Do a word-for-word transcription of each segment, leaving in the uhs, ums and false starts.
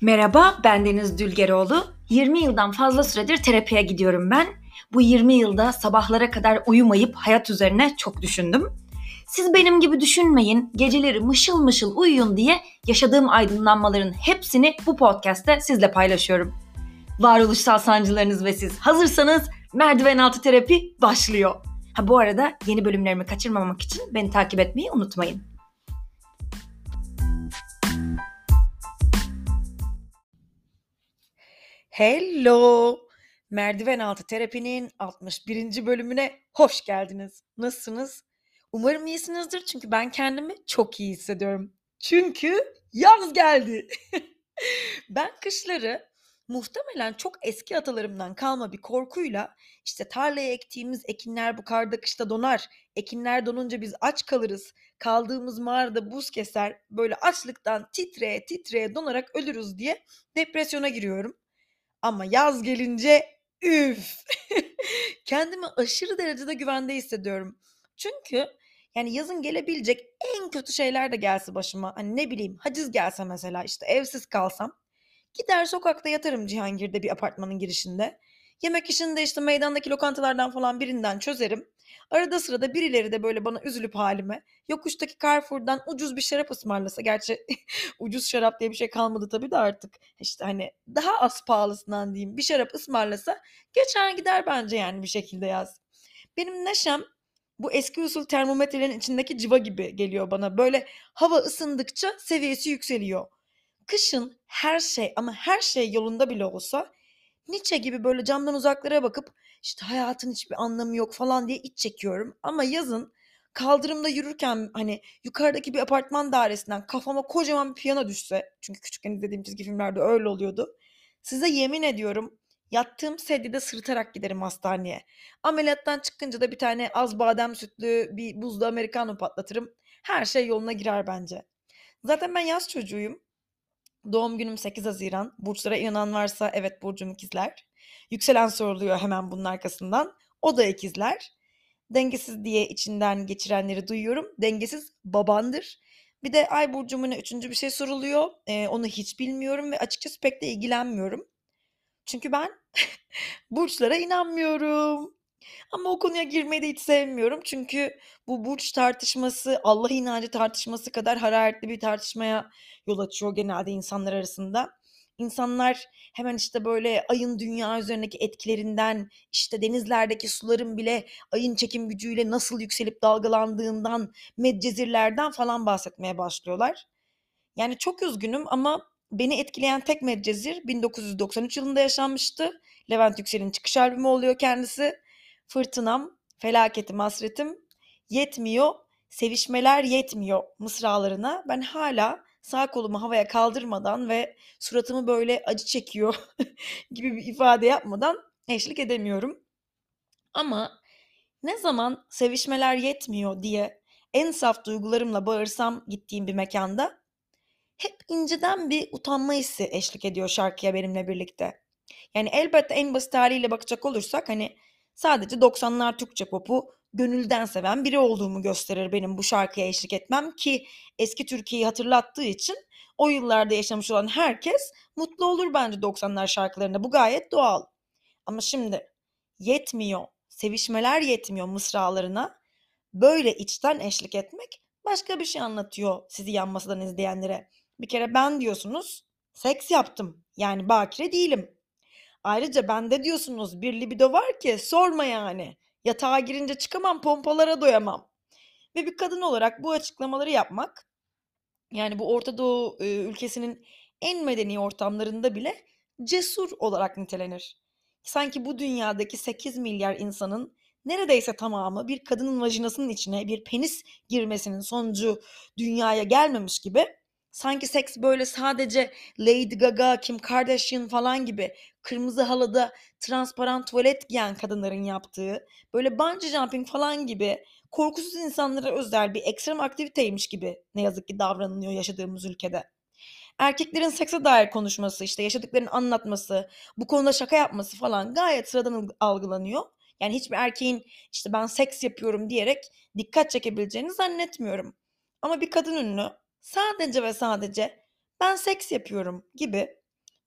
Merhaba, ben Deniz Dülgeroğlu. yirmi yıldan fazla süredir terapiye gidiyorum ben. Bu yirmi yılda sabahlara kadar uyumayıp hayat üzerine çok düşündüm. Siz benim gibi düşünmeyin, geceleri mışıl mışıl uyuyun diye yaşadığım aydınlanmaların hepsini bu podcast'te sizle paylaşıyorum. Varoluşsal sancılarınız ve siz hazırsanız merdiven altı terapi başlıyor. Ha bu arada yeni bölümlerimi kaçırmamak için beni takip etmeyi unutmayın. Hello! Merdiven altı terapinin altmış birinci bölümüne hoş geldiniz. Nasılsınız? Umarım iyisinizdir çünkü ben kendimi çok iyi hissediyorum. Çünkü yaz geldi. Ben kışları muhtemelen çok eski atalarımdan kalma bir korkuyla işte tarlaya ektiğimiz ekinler bu karda kışta donar, ekinler donunca biz aç kalırız, kaldığımız mağarada buz keser, böyle açlıktan titreye titreye donarak ölürüz diye depresyona giriyorum. Ama yaz gelince üf! Kendimi aşırı derecede güvende hissediyorum. Çünkü yani yazın gelebilecek en kötü şeyler de gelse başıma, hani ne bileyim haciz gelse mesela işte evsiz kalsam, gider sokakta yatarım Cihangir'de bir apartmanın girişinde. Yemek işini de işte meydandaki lokantalardan falan birinden çözerim. Arada sırada birileri de böyle bana üzülüp halime yokuştaki Carrefour'dan ucuz bir şarap ısmarlasa. Gerçi ucuz şarap diye bir şey kalmadı tabii de artık. İşte hani daha az pahalısından diyeyim bir şarap ısmarlasa geçer gider bence yani bir şekilde yaz. Benim neşem bu eski usul termometrelerin içindeki cıva gibi geliyor bana. Böyle hava ısındıkça seviyesi yükseliyor. Kışın her şey ama her şey yolunda bile olsa Nietzsche gibi böyle camdan uzaklara bakıp işte hayatın hiçbir anlamı yok falan diye iç çekiyorum. Ama yazın kaldırımda yürürken hani yukarıdaki bir apartman dairesinden kafama kocaman bir piyano düşse, çünkü küçükken izlediğim çizgi filmlerde öyle oluyordu. Size yemin ediyorum yattığım sedyede sırıtarak giderim hastaneye. Ameliyattan çıkınca da bir tane az badem sütlü bir buzlu americano patlatırım. Her şey yoluna girer bence. Zaten ben yaz çocuğuyum. Doğum günüm sekiz Haziran. Burçlara inanan varsa evet burcum ikizler. Yükselen soruluyor hemen bunun arkasından. O da ikizler. Dengesiz diye içinden geçirenleri duyuyorum. Dengesiz babandır. Bir de ay burcumu ne üçüncü bir şey soruluyor. Ee, onu hiç bilmiyorum ve açıkçası pek de ilgilenmiyorum. Çünkü ben burçlara inanmıyorum. Ama o konuya girmeyi de hiç sevmiyorum. Çünkü bu burç tartışması Allah inancı tartışması kadar hararetli bir tartışmaya yol açıyor genelde insanlar arasında. İnsanlar hemen işte böyle ayın dünya üzerindeki etkilerinden, işte denizlerdeki suların bile ayın çekim gücüyle nasıl yükselip dalgalandığından, medcezirlerden falan bahsetmeye başlıyorlar. Yani çok üzgünüm ama beni etkileyen tek medcezir bin dokuz yüz doksan üç yılında yaşanmıştı. Levent Yüksel'in çıkış albümü oluyor kendisi. Fırtınam, felaketim, hasretim yetmiyor, sevişmeler yetmiyor mısralarına. Ben hala sağ kolumu havaya kaldırmadan ve suratımı böyle acı çekiyor gibi bir ifade yapmadan eşlik edemiyorum. Ama ne zaman sevişmeler yetmiyor diye en saf duygularımla bağırsam gittiğim bir mekanda hep inceden bir utanma hissi eşlik ediyor şarkıya benimle birlikte. Yani elbette en basit haliyle bakacak olursak hani sadece doksanlar Türkçe popu gönülden seven biri olduğumu gösterir benim bu şarkıya eşlik etmem ki eski Türkiye'yi hatırlattığı için o yıllarda yaşamış olan herkes mutlu olur bence doksanlar şarkılarında. Bu gayet doğal. Ama şimdi yetmiyor, sevişmeler yetmiyor mısralarına böyle içten eşlik etmek başka bir şey anlatıyor sizi yan masadan izleyenlere. Bir kere ben diyorsunuz seks yaptım. Yani bakire değilim. Ayrıca bende diyorsunuz bir libido var ki sorma yani. Yatağa girince çıkamam, pompalara doyamam. Ve bir kadın olarak bu açıklamaları yapmak, yani bu Orta Doğu e, ülkesinin en medeni ortamlarında bile cesur olarak nitelenir. Sanki bu dünyadaki sekiz milyar insanın neredeyse tamamı bir kadının vajinasının içine bir penis girmesinin sonucu dünyaya gelmemiş gibi, sanki seks böyle sadece Lady Gaga, Kim Kardashian falan gibi kırmızı halıda transparan tuvalet giyen kadınların yaptığı, böyle bungee jumping falan gibi korkusuz insanlara özel bir ekstrem aktiviteymiş gibi ne yazık ki davranılıyor yaşadığımız ülkede. Erkeklerin sekse dair konuşması, işte yaşadıklarını anlatması, bu konuda şaka yapması falan gayet sıradan algılanıyor. Yani hiçbir erkeğin işte ben seks yapıyorum diyerek dikkat çekebileceğini zannetmiyorum. Ama bir kadın ünlü sadece ve sadece ben seks yapıyorum gibi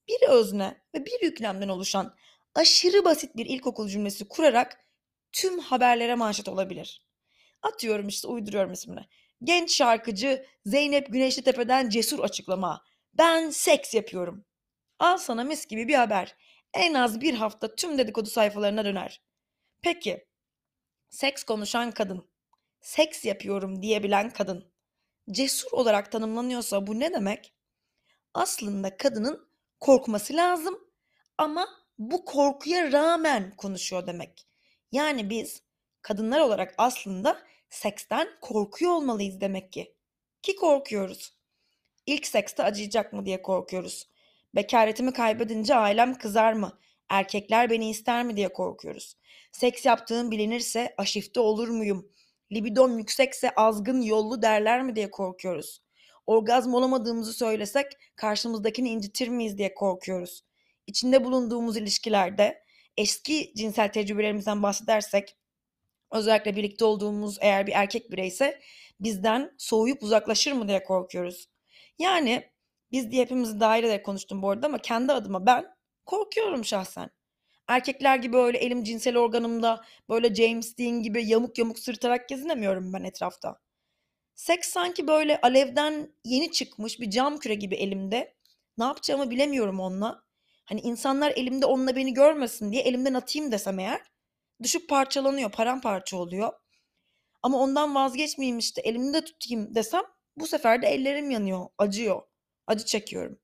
Bir özne ve bir yüklemden oluşan aşırı basit bir ilkokul cümlesi kurarak tüm haberlere manşet olabilir. Atıyorum işte uyduruyorum ismini. Genç şarkıcı Zeynep Güneşlitepe'den cesur açıklama. Ben seks yapıyorum. Al sana mis gibi bir haber. En az bir hafta tüm dedikodu sayfalarına döner. Peki, seks konuşan kadın, seks yapıyorum diyebilen kadın, cesur olarak tanımlanıyorsa bu ne demek? Aslında kadının korkması lazım ama bu korkuya rağmen konuşuyor demek. Yani biz kadınlar olarak aslında seksten korkuyor olmalıyız demek ki. Ki korkuyoruz. İlk sekste acıyacak mı diye korkuyoruz. Bekaretimi kaybedince ailem kızar mı? Erkekler beni ister mi diye korkuyoruz. Seks yaptığım bilinirse aşifte olur muyum? Libidom yüksekse azgın yollu derler mi diye korkuyoruz. Orgazm olamadığımızı söylesek karşımızdakini incitir miyiz diye korkuyoruz. İçinde bulunduğumuz ilişkilerde eski cinsel tecrübelerimizden bahsedersek özellikle birlikte olduğumuz eğer bir erkek bireyse bizden soğuyup uzaklaşır mı diye korkuyoruz. Yani biz diye hepimizi dahil ederek konuştum bu arada ama kendi adıma ben korkuyorum şahsen. Erkekler gibi öyle elim cinsel organımda böyle James Dean gibi yamuk yamuk sırtarak gezinemiyorum ben etrafta. Seks sanki böyle alevden yeni çıkmış bir cam küre gibi elimde. Ne yapacağımı bilemiyorum onunla. Hani insanlar elimde onunla beni görmesin diye elimden atayım desem eğer düşüp parçalanıyor, paramparça oluyor. Ama ondan vazgeçmeyeyim işte elimde tutayım desem bu sefer de ellerim yanıyor, acıyor. Acı çekiyorum.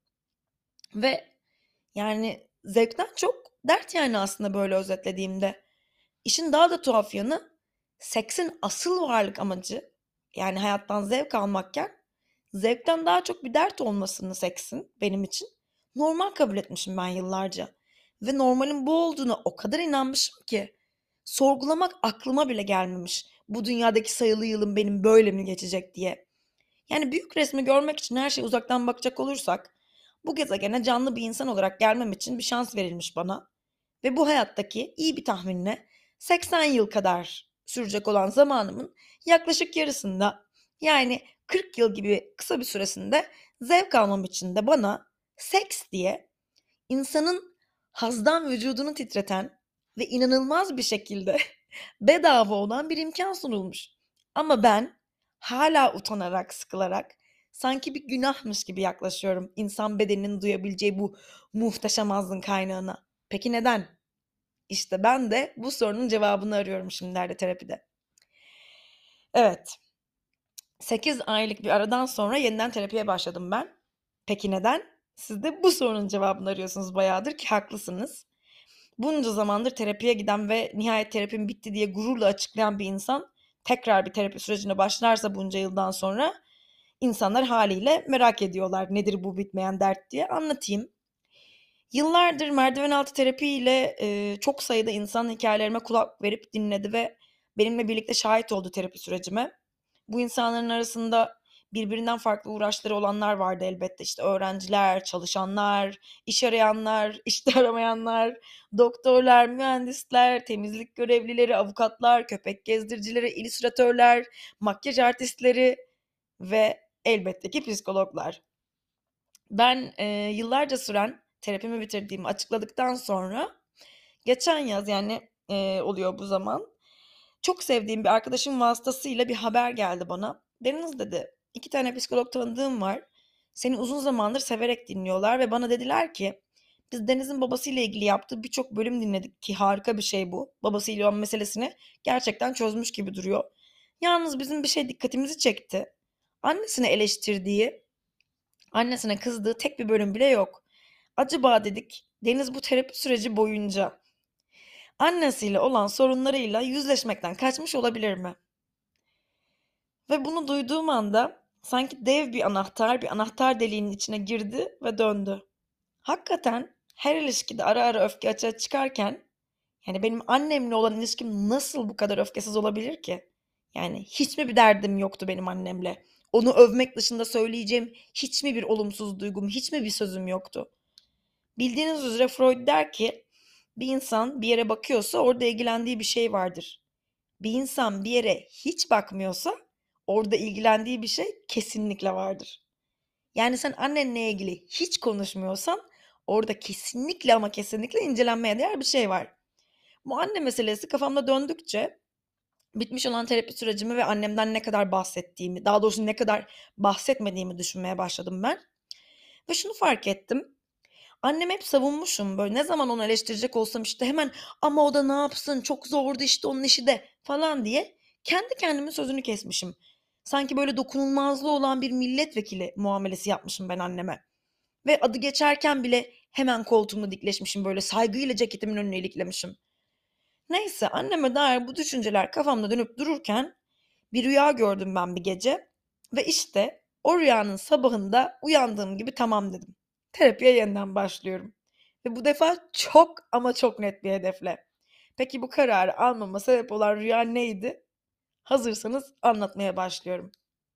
Ve yani zevkten çok dert yani aslında böyle özetlediğimde. İşin daha da tuhaf yanı seksin asıl varlık amacı yani hayattan zevk almakken zevkten daha çok bir dert olmasını seksin benim için normal kabul etmişim ben yıllarca. Ve normalin bu olduğuna o kadar inanmışım ki sorgulamak aklıma bile gelmemiş. Bu dünyadaki sayılı yılım benim böyle mi geçecek diye. Yani büyük resmi görmek için her şeye uzaktan bakacak olursak bu gezegene canlı bir insan olarak gelmem için bir şans verilmiş bana. Ve bu hayattaki iyi bir tahminle seksen yıl kadar sürecek olan zamanımın yaklaşık yarısında yani kırk yıl gibi kısa bir süresinde zevk almam için de bana seks diye insanın hazdan vücudunu titreten ve inanılmaz bir şekilde bedava olan bir imkan sunulmuş. Ama ben hala utanarak, sıkılarak sanki bir günahmış gibi yaklaşıyorum insan bedeninin duyabileceği bu muhteşem hazzın kaynağına. Peki neden? İşte ben de bu sorunun cevabını arıyorum şimdilerde terapide. Evet, sekiz aylık bir aradan sonra yeniden terapiye başladım ben. Peki neden? Siz de bu sorunun cevabını arıyorsunuz bayağıdır ki haklısınız. Bunca zamandır terapiye giden ve nihayet terapim bitti diye gururla açıklayan bir insan tekrar bir terapi sürecine başlarsa bunca yıldan sonra insanlar haliyle merak ediyorlar nedir bu bitmeyen dert diye anlatayım. Yıllardır merdiven altı terapiyle e, çok sayıda insan hikayelerime kulak verip dinledi ve benimle birlikte şahit oldu terapi sürecime. Bu insanların arasında birbirinden farklı uğraşları olanlar vardı elbette. İşte öğrenciler, çalışanlar, iş arayanlar, işte aramayanlar, doktorlar, mühendisler, temizlik görevlileri, avukatlar, köpek gezdiricileri, illüstratörler, makyaj artistleri ve elbette ki psikologlar. Ben e, yıllarca süren terapimi bitirdiğimi açıkladıktan sonra geçen yaz yani e, oluyor bu zaman. Çok sevdiğim bir arkadaşım vasıtasıyla bir haber geldi bana. Deniz dedi, iki tane psikolog tanıdığım var. Seni uzun zamandır severek dinliyorlar ve bana dediler ki biz Deniz'in babasıyla ilgili yaptığı birçok bölüm dinledik ki harika bir şey bu. Babasıyla olan meselesini gerçekten çözmüş gibi duruyor. Yalnız bizim bir şey dikkatimizi çekti. Annesini eleştirdiği, annesine kızdığı tek bir bölüm bile yok. Acaba dedik Deniz bu terapi süreci boyunca annesiyle olan sorunlarıyla yüzleşmekten kaçmış olabilir mi? Ve bunu duyduğum anda sanki dev bir anahtar bir anahtar deliğinin içine girdi ve döndü. Hakikaten her ilişkide ara ara öfke açığa çıkarken yani benim annemle olan ilişkim nasıl bu kadar öfkesiz olabilir ki? Yani hiç mi bir derdim yoktu benim annemle? Onu övmek dışında söyleyeceğim hiç mi bir olumsuz duygum, hiç mi bir sözüm yoktu? Bildiğiniz üzere Freud der ki bir insan bir yere bakıyorsa orada ilgilendiği bir şey vardır. Bir insan bir yere hiç bakmıyorsa orada ilgilendiği bir şey kesinlikle vardır. Yani sen annenle ilgili hiç konuşmuyorsan orada kesinlikle ama kesinlikle incelenmeye değer bir şey var. Bu anne meselesi kafamda döndükçe bitmiş olan terapi sürecimi ve annemden ne kadar bahsettiğimi, daha doğrusu ne kadar bahsetmediğimi düşünmeye başladım ben. Ve şunu fark ettim. Annemi hep savunmuşum. Böyle ne zaman onu eleştirecek olsam işte hemen ama o da ne yapsın çok zordu işte onun işi de falan diye kendi kendimin sözünü kesmişim. Sanki böyle dokunulmazlığı olan bir milletvekili muamelesi yapmışım ben anneme. Ve adı geçerken bile hemen koltuğumu dikleşmişim, böyle saygıyla ceketimin önüne iliklemişim. Neyse, anneme dair bu düşünceler kafamda dönüp dururken bir rüya gördüm ben bir gece ve işte o rüyanın sabahında uyandığım gibi tamam dedim. Terapiye yeniden başlıyorum. Ve bu defa çok ama çok net bir hedefle. Peki bu kararı almama sebep olan rüya neydi? Hazırsanız anlatmaya başlıyorum.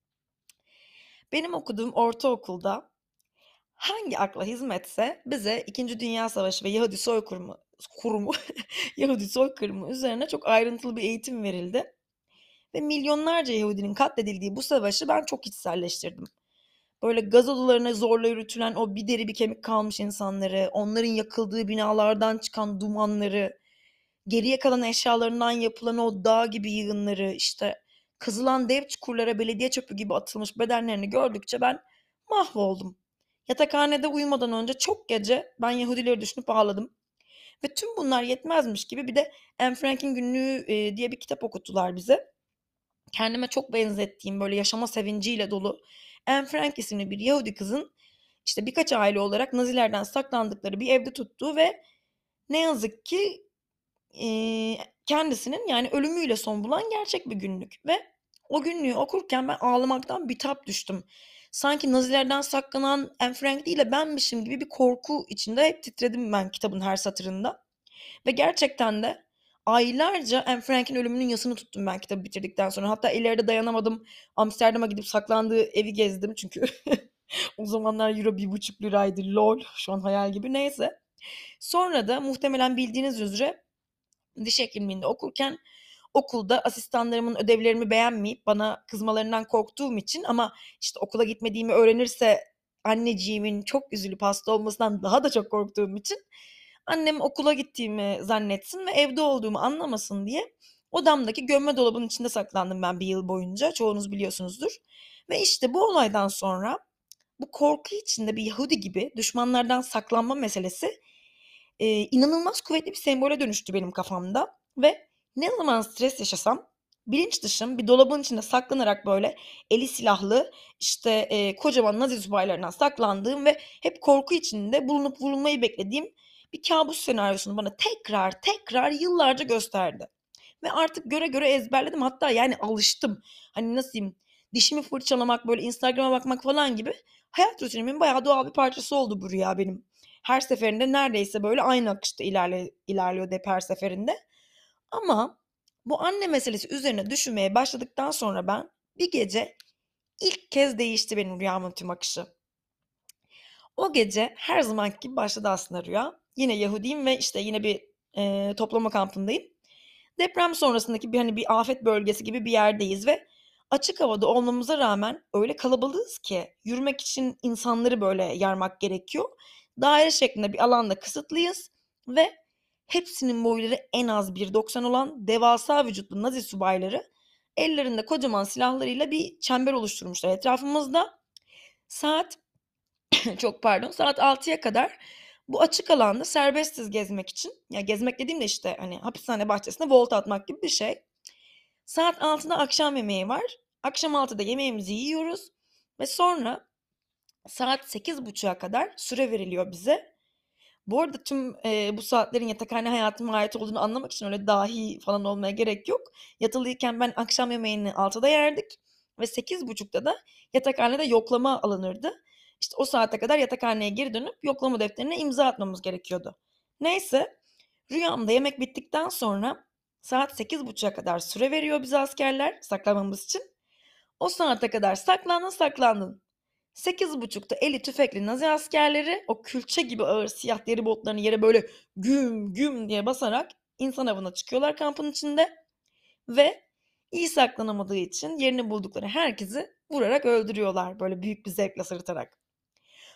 Benim okuduğum ortaokulda hangi akla hizmetse bize İkinci Dünya Savaşı ve Yahudi soykırımı kurumu Yahudi soykırımı üzerine çok ayrıntılı bir eğitim verildi ve milyonlarca Yahudinin katledildiği bu savaşı ben çok içselleştirdim. Böyle gaz odalarına zorla yürütülen o bir deri bir kemik kalmış insanları, onların yakıldığı binalardan çıkan dumanları, geriye kalan eşyalarından yapılan o dağ gibi yığınları, işte kazılan dev çukurlara belediye çöpü gibi atılmış bedenlerini gördükçe ben mahvoldum. Yatakhanede uyumadan önce çok gece ben Yahudileri düşünüp ağladım. Ve tüm bunlar yetmezmiş gibi bir de Anne Frank'in Günlüğü e, diye bir kitap okuttular bize. Kendime çok benzettiğim böyle yaşama sevinciyle dolu Anne Frank isimli bir Yahudi kızın işte birkaç aile olarak Nazilerden saklandıkları bir evde tuttuğu ve ne yazık ki Eee, kendisinin, yani, ölümüyle son bulan gerçek bir günlük ve o günlüğü okurken ben ağlamaktan bitap düştüm. Sanki Nazilerden saklanan Anne Frank değil de benmişim gibi bir korku içinde hep titredim ben kitabın her satırında ve gerçekten de aylarca Anne Frank'in ölümünün yasını tuttum ben kitabı bitirdikten sonra. Hatta ileride dayanamadım, Amsterdam'a gidip saklandığı evi gezdim çünkü o zamanlar euro bir buçuk liraydı. Lol, şu an hayal gibi. Neyse. Sonra da muhtemelen bildiğiniz üzere diş hekimliğinde okurken okulda asistanlarımın ödevlerimi beğenmeyip bana kızmalarından korktuğum için ama işte okula gitmediğimi öğrenirse anneciğimin çok üzülüp hasta olmasından daha da çok korktuğum için annem okula gittiğimi zannetsin ve evde olduğumu anlamasın diye odamdaki gömme dolabının içinde saklandım ben bir yıl boyunca. Çoğunuz biliyorsunuzdur. Ve işte bu olaydan sonra bu korku içinde bir Yahudi gibi düşmanlardan saklanma meselesi Eee, inanılmaz kuvvetli bir sembole dönüştü benim kafamda ve ne zaman stres yaşasam bilinç dışım bir dolabın içinde saklanarak böyle eli silahlı, işte, eee, kocaman Nazi subaylarından saklandığım ve hep korku içinde bulunup vurulmayı beklediğim bir kabus senaryosunu bana tekrar tekrar yıllarca gösterdi. Ve artık göre göre ezberledim. Hatta yani alıştım. Hani nasıl diyeyim, dişimi fırçalamak, böyle Instagram'a bakmak falan gibi hayat rutinimin bayağı doğal bir parçası oldu bu rüya benim. Her seferinde neredeyse böyle aynı akışta ilerle ilerliyordu hep her seferinde. Ama bu anne meselesi üzerine düşünmeye başladıktan sonra ben bir gece ilk kez değişti benim rüyamın tüm akışı. O gece her zamanki gibi başladı aslında rüya. Yine Yahudiyim ve işte yine bir eee, toplama kampındayım. Deprem sonrasındaki bir hani bir afet bölgesi gibi bir yerdeyiz ve açık havada olmamıza rağmen öyle kalabalığız ki yürümek için insanları böyle yarmak gerekiyor. Daire şeklinde bir alanda kısıtlıyız ve hepsinin boyları en az bir doksan olan devasa vücutlu Nazi subayları ellerinde kocaman silahlarıyla bir çember oluşturmuşlar etrafımızda. Saat çok pardon, saat altıya kadar bu açık alanda serbestiz gezmek için. Ya gezmek dediğim de işte hani hapishane bahçesinde volta atmak gibi bir şey. Saat altıda akşam yemeği var. Akşam altıda yemeğimizi yiyoruz ve sonra saat sekiz buçuğa kadar süre veriliyor bize. Bu arada tüm, eee, bu saatlerin yatakhane hayatıma ait olduğunu anlamak için öyle dahi falan olmaya gerek yok. Yatılıyken ben akşam yemeğini altıda yerdik ve sekiz buçukta da yatakhanede yoklama alınırdı. İşte o saate kadar yatakhaneye geri dönüp yoklama defterine imza atmamız gerekiyordu. Neyse, rüyamda yemek bittikten sonra saat sekiz buçuğa kadar süre veriyor bize askerler saklanmamız için. O saate kadar saklandın saklandın. Sekiz buçukta eli tüfekli Nazi askerleri o külçe gibi ağır siyah deri botlarını yere böyle güm güm diye basarak insan avına çıkıyorlar kampın içinde ve iyi saklanamadığı için yerini buldukları herkesi vurarak öldürüyorlar böyle büyük bir zevkle sırıtarak.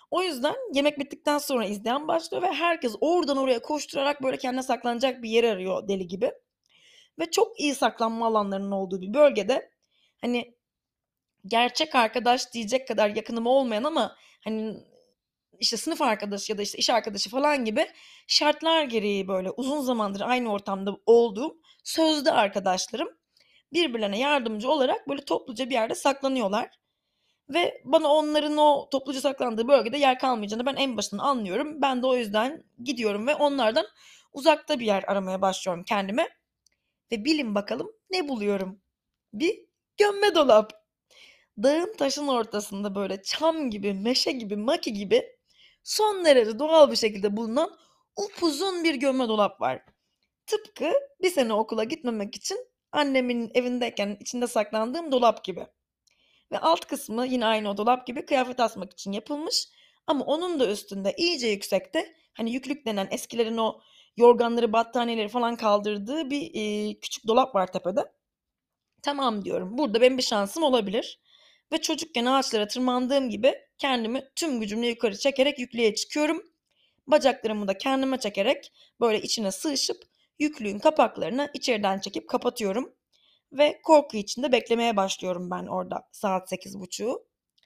O yüzden yemek bittikten sonra izleyen başlıyor ve herkes oradan oraya koşturarak böyle kendine saklanacak bir yer arıyor deli gibi. Ve çok iyi saklanma alanlarının olduğu bir bölgede hani gerçek arkadaş diyecek kadar yakınım olmayan ama hani işte sınıf arkadaşı ya da işte iş arkadaşı falan gibi şartlar gereği böyle uzun zamandır aynı ortamda olduğum sözde arkadaşlarım birbirlerine yardımcı olarak böyle topluca bir yerde saklanıyorlar. Ve bana onların o topluca saklandığı bölgede yer kalmayacağını ben en başından anlıyorum. Ben de o yüzden gidiyorum ve onlardan uzakta bir yer aramaya başlıyorum kendime. Ve bilin bakalım ne buluyorum? Bir gömme dolap. Dağın taşın ortasında böyle çam gibi, meşe gibi, maki gibi son derece doğal bir şekilde bulunan upuzun bir gömme dolap var. Tıpkı bir sene okula gitmemek için annemin evindeyken içinde saklandığım dolap gibi. Ve alt kısmı yine aynı o dolap gibi kıyafet asmak için yapılmış. Ama onun da üstünde iyice yüksekte hani yüklük denen eskilerin o yorganları, battaniyeleri falan kaldırdığı bir e, küçük dolap var tepede. Tamam diyorum. Burada benim bir şansım olabilir. Ve çocukken ağaçlara tırmandığım gibi kendimi tüm gücümle yukarı çekerek yüklüğe çıkıyorum. Bacaklarımı da kendime çekerek böyle içine sığışıp yüklüğün kapaklarını içeriden çekip kapatıyorum. Ve korku içinde beklemeye başlıyorum ben orada saat sekiz buçuğu.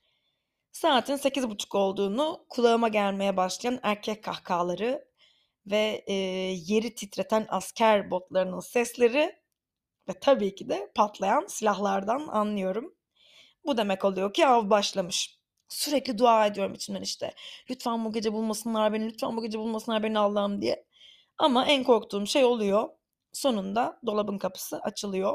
Saatin sekiz buçuk olduğunu kulağıma gelmeye başlayan erkek kahkahaları ve e, yeri titreten asker botlarının sesleri ve tabii ki de patlayan silahlardan anlıyorum. Bu demek oluyor ki av başlamış. Sürekli dua ediyorum içimden işte. Lütfen bu gece bulmasınlar beni, lütfen bu gece bulmasınlar beni Allah'ım diye. Ama en korktuğum şey oluyor. Sonunda dolabın kapısı açılıyor.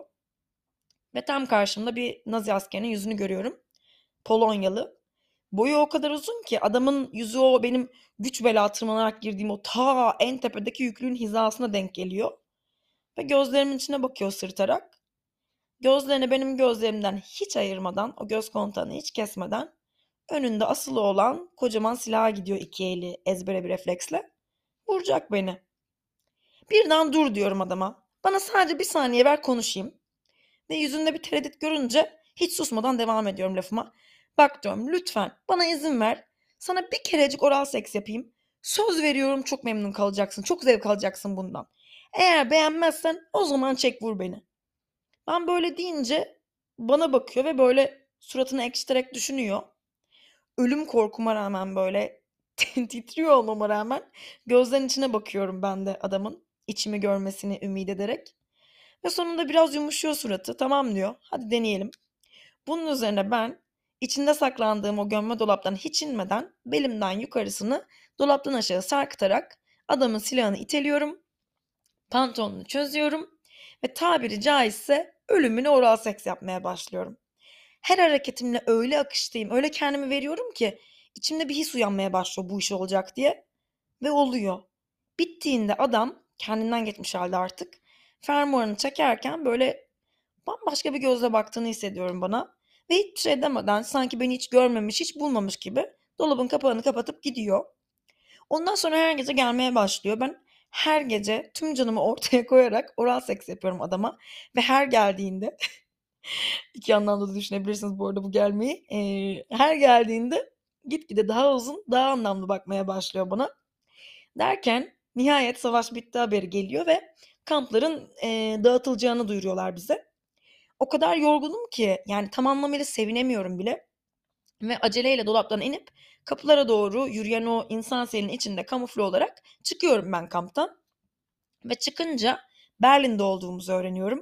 Ve tam karşımda bir Nazi askerinin yüzünü görüyorum. Polonyalı. Boyu o kadar uzun ki adamın yüzü o benim güç bela tırmanarak girdiğim o ta en tepedeki yüklüğün hizasına denk geliyor. Ve gözlerimin içine bakıyor sırtarak. Gözlerini benim gözlerimden hiç ayırmadan, o göz kontağını hiç kesmeden önünde asılı olan kocaman silaha gidiyor iki eli ezbere bir refleksle. Vuracak beni. Birden dur diyorum adama. Bana sadece bir saniye ver konuşayım. Ve yüzünde bir tereddüt görünce hiç susmadan devam ediyorum lafıma. Bak diyorum lütfen bana izin ver. Sana bir kerecik oral seks yapayım. Söz veriyorum çok memnun kalacaksın. Çok zevk alacaksın bundan. Eğer beğenmezsen o zaman çek vur beni. Ben böyle deyince bana bakıyor ve böyle suratını ekşiterek düşünüyor. Ölüm korkuma rağmen böyle titriyor olmama rağmen gözlerinin içine bakıyorum ben de adamın içimi görmesini ümit ederek. Ve sonunda biraz yumuşuyor suratı. Tamam diyor. Hadi deneyelim. Bunun üzerine ben içinde saklandığım o gömme dolaptan hiç inmeden belimden yukarısını dolaptan aşağı sarkıtarak adamın silahını iteliyorum. Pantolonunu çözüyorum ve tabiri caizse ölümüne oral seks yapmaya başlıyorum. Her hareketimle öyle akıştayım, öyle kendimi veriyorum ki içimde bir his uyanmaya başlıyor bu iş olacak diye. Ve oluyor. Bittiğinde adam kendinden geçmiş halde artık fermuarını çekerken böyle bambaşka bir gözle baktığını hissediyorum bana. Ve hiç şey demeden sanki beni hiç görmemiş, hiç bulmamış gibi dolabın kapağını kapatıp gidiyor. Ondan sonra her gece gelmeye başlıyor. Ben her gece tüm canımı ortaya koyarak oral seks yapıyorum adama. Ve her geldiğinde iki anlamda da düşünebilirsiniz bu arada bu gelmeyi. Ee, her geldiğinde gitgide daha uzun, daha anlamlı bakmaya başlıyor bana. Derken nihayet savaş bitti haberi geliyor ve kampların e, dağıtılacağını duyuruyorlar bize. O kadar yorgunum ki yani tam anlamıyla sevinemiyorum bile. Ve aceleyle dolaptan inip kapılara doğru yürüyen o insan selinin içinde kamufle olarak çıkıyorum ben kamptan. Ve çıkınca Berlin'de olduğumuzu öğreniyorum.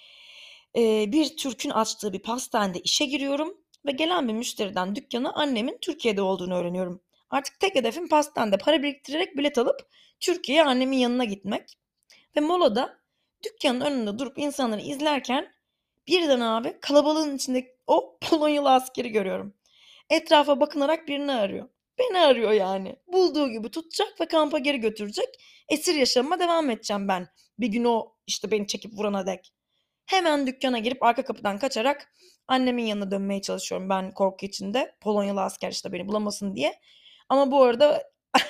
Ee, bir Türk'ün açtığı bir pastanede işe giriyorum ve gelen bir müşteriden dükkana annemin Türkiye'de olduğunu öğreniyorum. Artık tek hedefim pastanede para biriktirerek bilet alıp Türkiye'ye annemin yanına gitmek. Ve molada dükkanın önünde durup insanları izlerken birden abi kalabalığın içinde o Polonyalı askeri görüyorum. Etrafa bakınarak birini arıyor. Beni arıyor yani. Bulduğu gibi tutacak ve kampa geri götürecek. Esir yaşamıma devam edeceğim ben. Bir gün o işte beni çekip vurana dek. Hemen dükkana girip arka kapıdan kaçarak annemin yanına dönmeye çalışıyorum ben korku içinde. Polonyalı asker işte beni bulamasın diye. Ama bu arada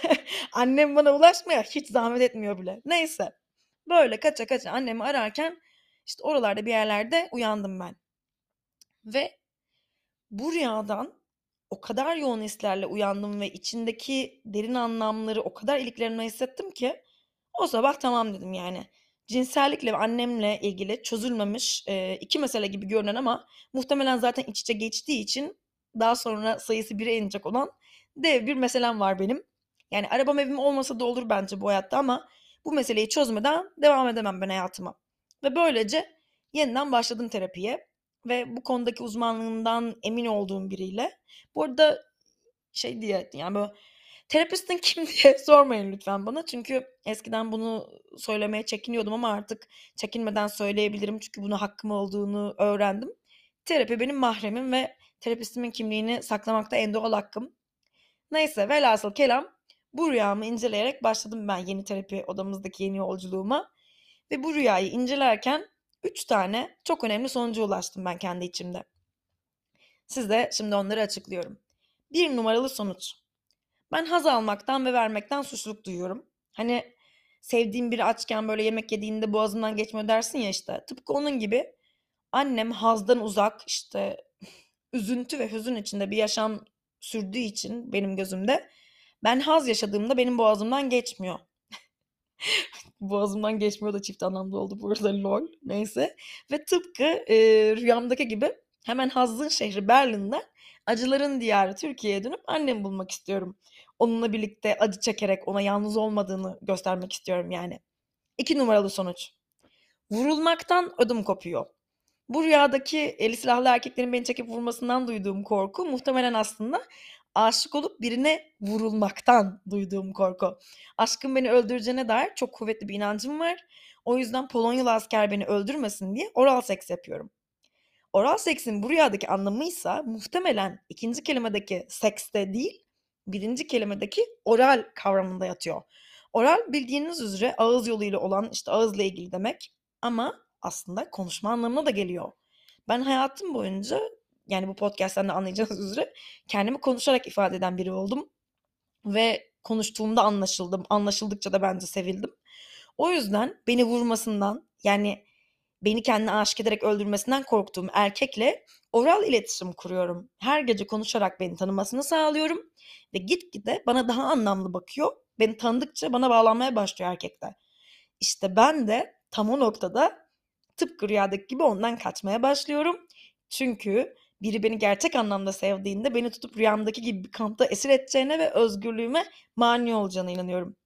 annem bana ulaşmaya hiç zahmet etmiyor bile. Neyse. Böyle kaça kaça annemi ararken işte oralarda bir yerlerde uyandım ben. Ve bu rüyadan o kadar yoğun hislerle uyandım ve içindeki derin anlamları o kadar iliklerimle hissettim ki o sabah tamam dedim yani. Cinsellikle ve annemle ilgili çözülmemiş, eee, iki mesele gibi görünen ama muhtemelen zaten iç içe geçtiği için daha sonra sayısı bire inecek olan dev bir meselem var benim. Yani arabam evim olmasa da olur bence bu hayatta ama bu meseleyi çözmeden devam edemem ben hayatıma. Ve böylece yeniden başladım terapiye ve bu konudaki uzmanlığından emin olduğum biriyle. Bu arada şey diye yani böyle terapistin kim diye sormayın lütfen bana. Çünkü eskiden bunu söylemeye çekiniyordum ama artık çekinmeden söyleyebilirim. Çünkü buna hakkım olduğunu öğrendim. Terapi benim mahremim ve terapistimin kimliğini saklamakta en doğal hakkım. Neyse velhasıl kelam bu rüyamı inceleyerek başladım ben yeni terapi odamızdaki yeni yolculuğuma. Ve bu rüyayı incelerken üç tane çok önemli sonuca ulaştım ben kendi içimde. Size şimdi onları açıklıyorum. Bir numaralı sonuç. Ben haz almaktan ve vermekten suçluluk duyuyorum. Hani sevdiğim biri açken böyle yemek yediğinde boğazından geçmiyor dersin ya işte. Tıpkı onun gibi annem hazdan uzak işte üzüntü ve hüzün içinde bir yaşam sürdüğü için benim gözümde ben haz yaşadığımda benim boğazımdan geçmiyor. Boğazımdan geçmiyor da çift anlamda oldu bu arada lol. Neyse. Ve tıpkı e, rüyamdaki gibi hemen hazzın şehri Berlin'den acıların diyarı Türkiye'ye dönüp annemi bulmak istiyorum. Onunla birlikte acı çekerek ona yalnız olmadığını göstermek istiyorum yani. İki numaralı sonuç. Vurulmaktan ödüm kopuyor. Bu rüyadaki eli silahlı erkeklerin beni çekip vurmasından duyduğum korku muhtemelen aslında aşık olup birine vurulmaktan duyduğum korku. Aşkın beni öldüreceğine dair çok kuvvetli bir inancım var. O yüzden Polonyalı asker beni öldürmesin diye oral seks yapıyorum. Oral seksin bu rüyadaki anlamıysa muhtemelen ikinci kelimedeki sekste değil, birinci kelimedeki oral kavramında yatıyor. Oral bildiğiniz üzere ağız yoluyla olan işte ağızla ilgili demek ama aslında konuşma anlamına da geliyor. Ben hayatım boyunca yani bu podcast'ten de anlayacağınız üzere kendimi konuşarak ifade eden biri oldum ve konuştuğumda anlaşıldım. Anlaşıldıkça da bence sevildim. O yüzden beni vurmasından yani beni kendine aşık ederek öldürmesinden korktuğum erkekle oral iletişim kuruyorum. Her gece konuşarak beni tanımasını sağlıyorum ve gitgide bana daha anlamlı bakıyor. Beni tanıdıkça bana bağlanmaya başlıyor erkekler. İşte ben de tam o noktada tıpkı rüyadaki gibi ondan kaçmaya başlıyorum. Çünkü biri beni gerçek anlamda sevdiğinde beni tutup rüyamdaki gibi bir kampta esir edeceğine ve özgürlüğüme mani olacağına inanıyorum.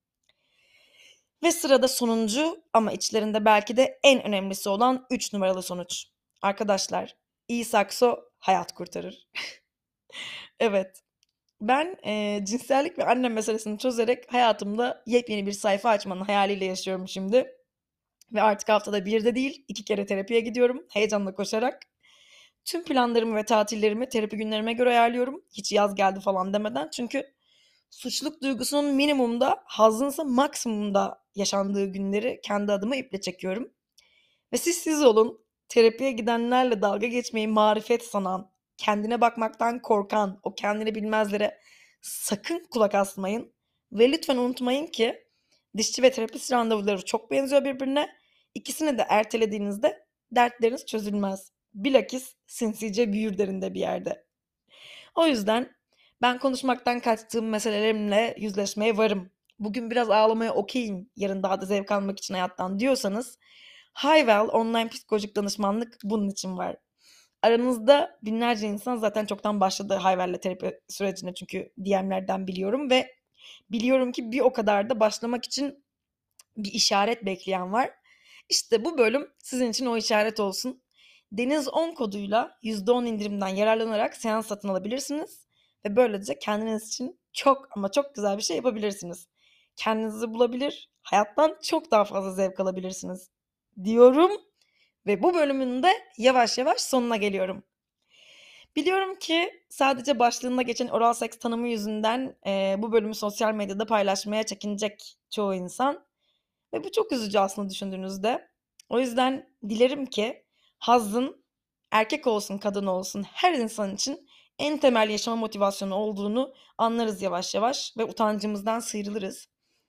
Ve sırada sonuncu ama içlerinde belki de en önemlisi olan üç numaralı sonuç. Arkadaşlar, iyi sakso hayat kurtarır. Evet, ben eee, cinsellik ve annem meselesini çözerek hayatımda yepyeni bir sayfa açmanın hayaliyle yaşıyorum şimdi. Ve artık haftada bir de değil, iki kere terapiye gidiyorum heyecanla koşarak. Tüm planlarımı ve tatillerimi terapi günlerime göre ayarlıyorum. Hiç yaz geldi falan demeden. Çünkü suçluluk duygusunun minimumda, hazzınsa maksimumda yaşandığı günleri kendi adıma iple çekiyorum. Ve siz siz olun. Terapiye gidenlerle dalga geçmeyi marifet sanan, kendine bakmaktan korkan, o kendini bilmezlere sakın kulak asmayın. Ve lütfen unutmayın ki dişçi ve terapist randevuları çok benziyor birbirine. İkisini de ertelediğinizde dertleriniz çözülmez. Bilakis sinsice büyür derinde bir yerde. O yüzden ben konuşmaktan kaçtığım meselelerimle yüzleşmeye varım. Bugün biraz ağlamaya okeyim, yarın daha da zevk almak için hayattan diyorsanız Hayvel online psikolojik danışmanlık bunun için var. Aranızda binlerce insan zaten çoktan başladı Hayvel'le terapi sürecine çünkü D M'lerden biliyorum ve biliyorum ki bir o kadar da başlamak için bir işaret bekleyen var. İşte bu bölüm sizin için o işaret olsun. Deniz on koduyla yüzde on indirimden yararlanarak seans satın alabilirsiniz ve böylece kendiniz için çok ama çok güzel bir şey yapabilirsiniz. Kendinizi bulabilir, hayattan çok daha fazla zevk alabilirsiniz diyorum ve bu bölümün de yavaş yavaş sonuna geliyorum. Biliyorum ki sadece başlığında geçen oral seks tanımı yüzünden eee, bu bölümü sosyal medyada paylaşmaya çekinecek çoğu insan. Ve bu çok üzücü aslında düşündüğünüzde. O yüzden dilerim ki hazzın erkek olsun kadın olsun her insan için en temel yaşama motivasyonu olduğunu anlarız yavaş yavaş ve utancımızdan sıyrılırız.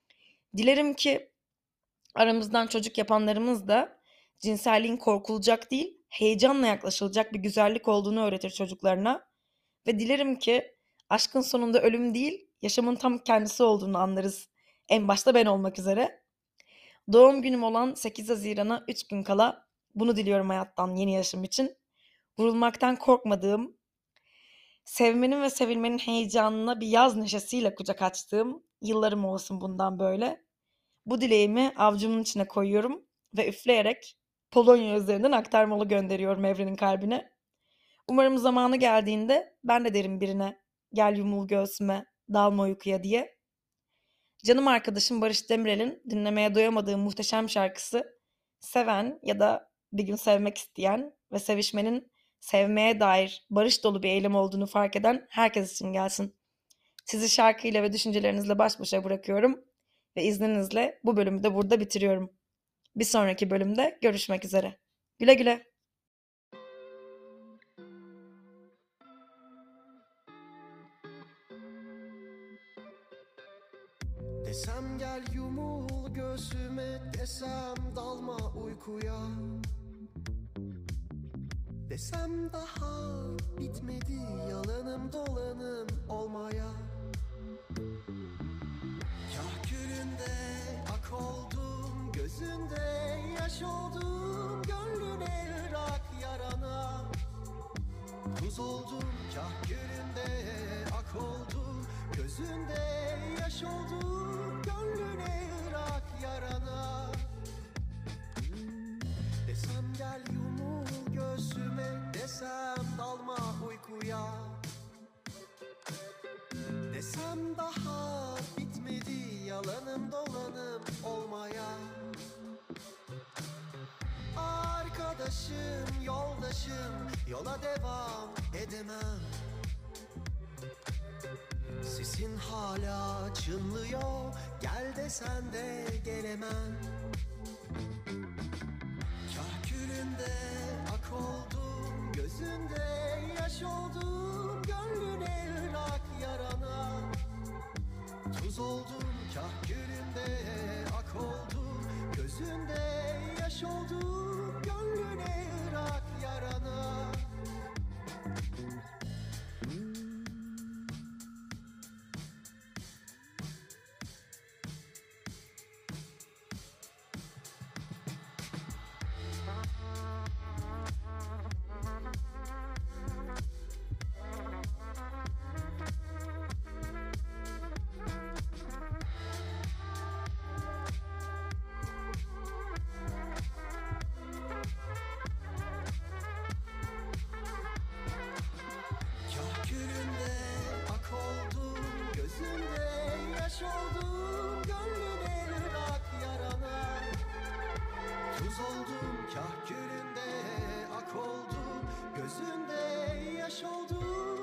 Dilerim ki aramızdan çocuk yapanlarımız da cinselliğin korkulacak değil, heyecanla yaklaşılacak bir güzellik olduğunu öğretir çocuklarına. Ve dilerim ki Aşkın sonunda ölüm değil, yaşamın tam kendisi olduğunu anlarız. En başta ben olmak üzere. Doğum günüm olan sekiz Haziran'a üç gün kala bunu diliyorum hayattan yeni yaşım için. Vurulmaktan korkmadığım, sevmenin ve sevilmenin heyecanına bir yaz neşesiyle kucak açtığım yıllarım olsun bundan böyle. Bu dileğimi avcumun içine koyuyorum ve üfleyerek Polonya üzerinden aktarmalı gönderiyorum evrenin kalbine. Umarım zamanı geldiğinde ben de derim birine gel yumul göğsüme dalma uykuya diye. Canım arkadaşım Barış Demirel'in dinlemeye doyamadığım muhteşem şarkısı seven ya da bir gün sevmek isteyen ve sevişmenin sevmeye dair barış dolu bir eylem olduğunu fark eden herkes için gelsin. Sizi şarkıyla ve düşüncelerinizle baş başa bırakıyorum ve izninizle bu bölümü de burada bitiriyorum. Bir sonraki bölümde görüşmek üzere. Güle güle. Desem gel yumul göğsüme, desem dalma uykuya, desem daha bitmedi yalanım dolanım olmaya. Kah gülünde ak oldum, gözünde yaş oldum, gönlüne ırak yarana tuz oldum. Kah gülünde ak oldum, gözünde yaş oldum, gönlüne ırak yarana. Desem gel yumul göğsüme, desem dalma uykuya, desem daha bitmedi yalanım dolanım olmaya. Arkadaşım, yoldaşım, yola devam edemem. Sesin hala çınlıyor, gel desen de gelemem. Kah gülünde ak oldum, gözünde yaş oldum, gönlüne ırak yarana tuz oldum. Kah gülünde ak oldum, gözünde yaş oldum, gönlüne ırak yarana. Kah gülünde ak oldum, gözünde yaş oldum, gönlüne ırak yarana tuz oldum. Kah gülünde ak oldum, gözünde yaş oldum,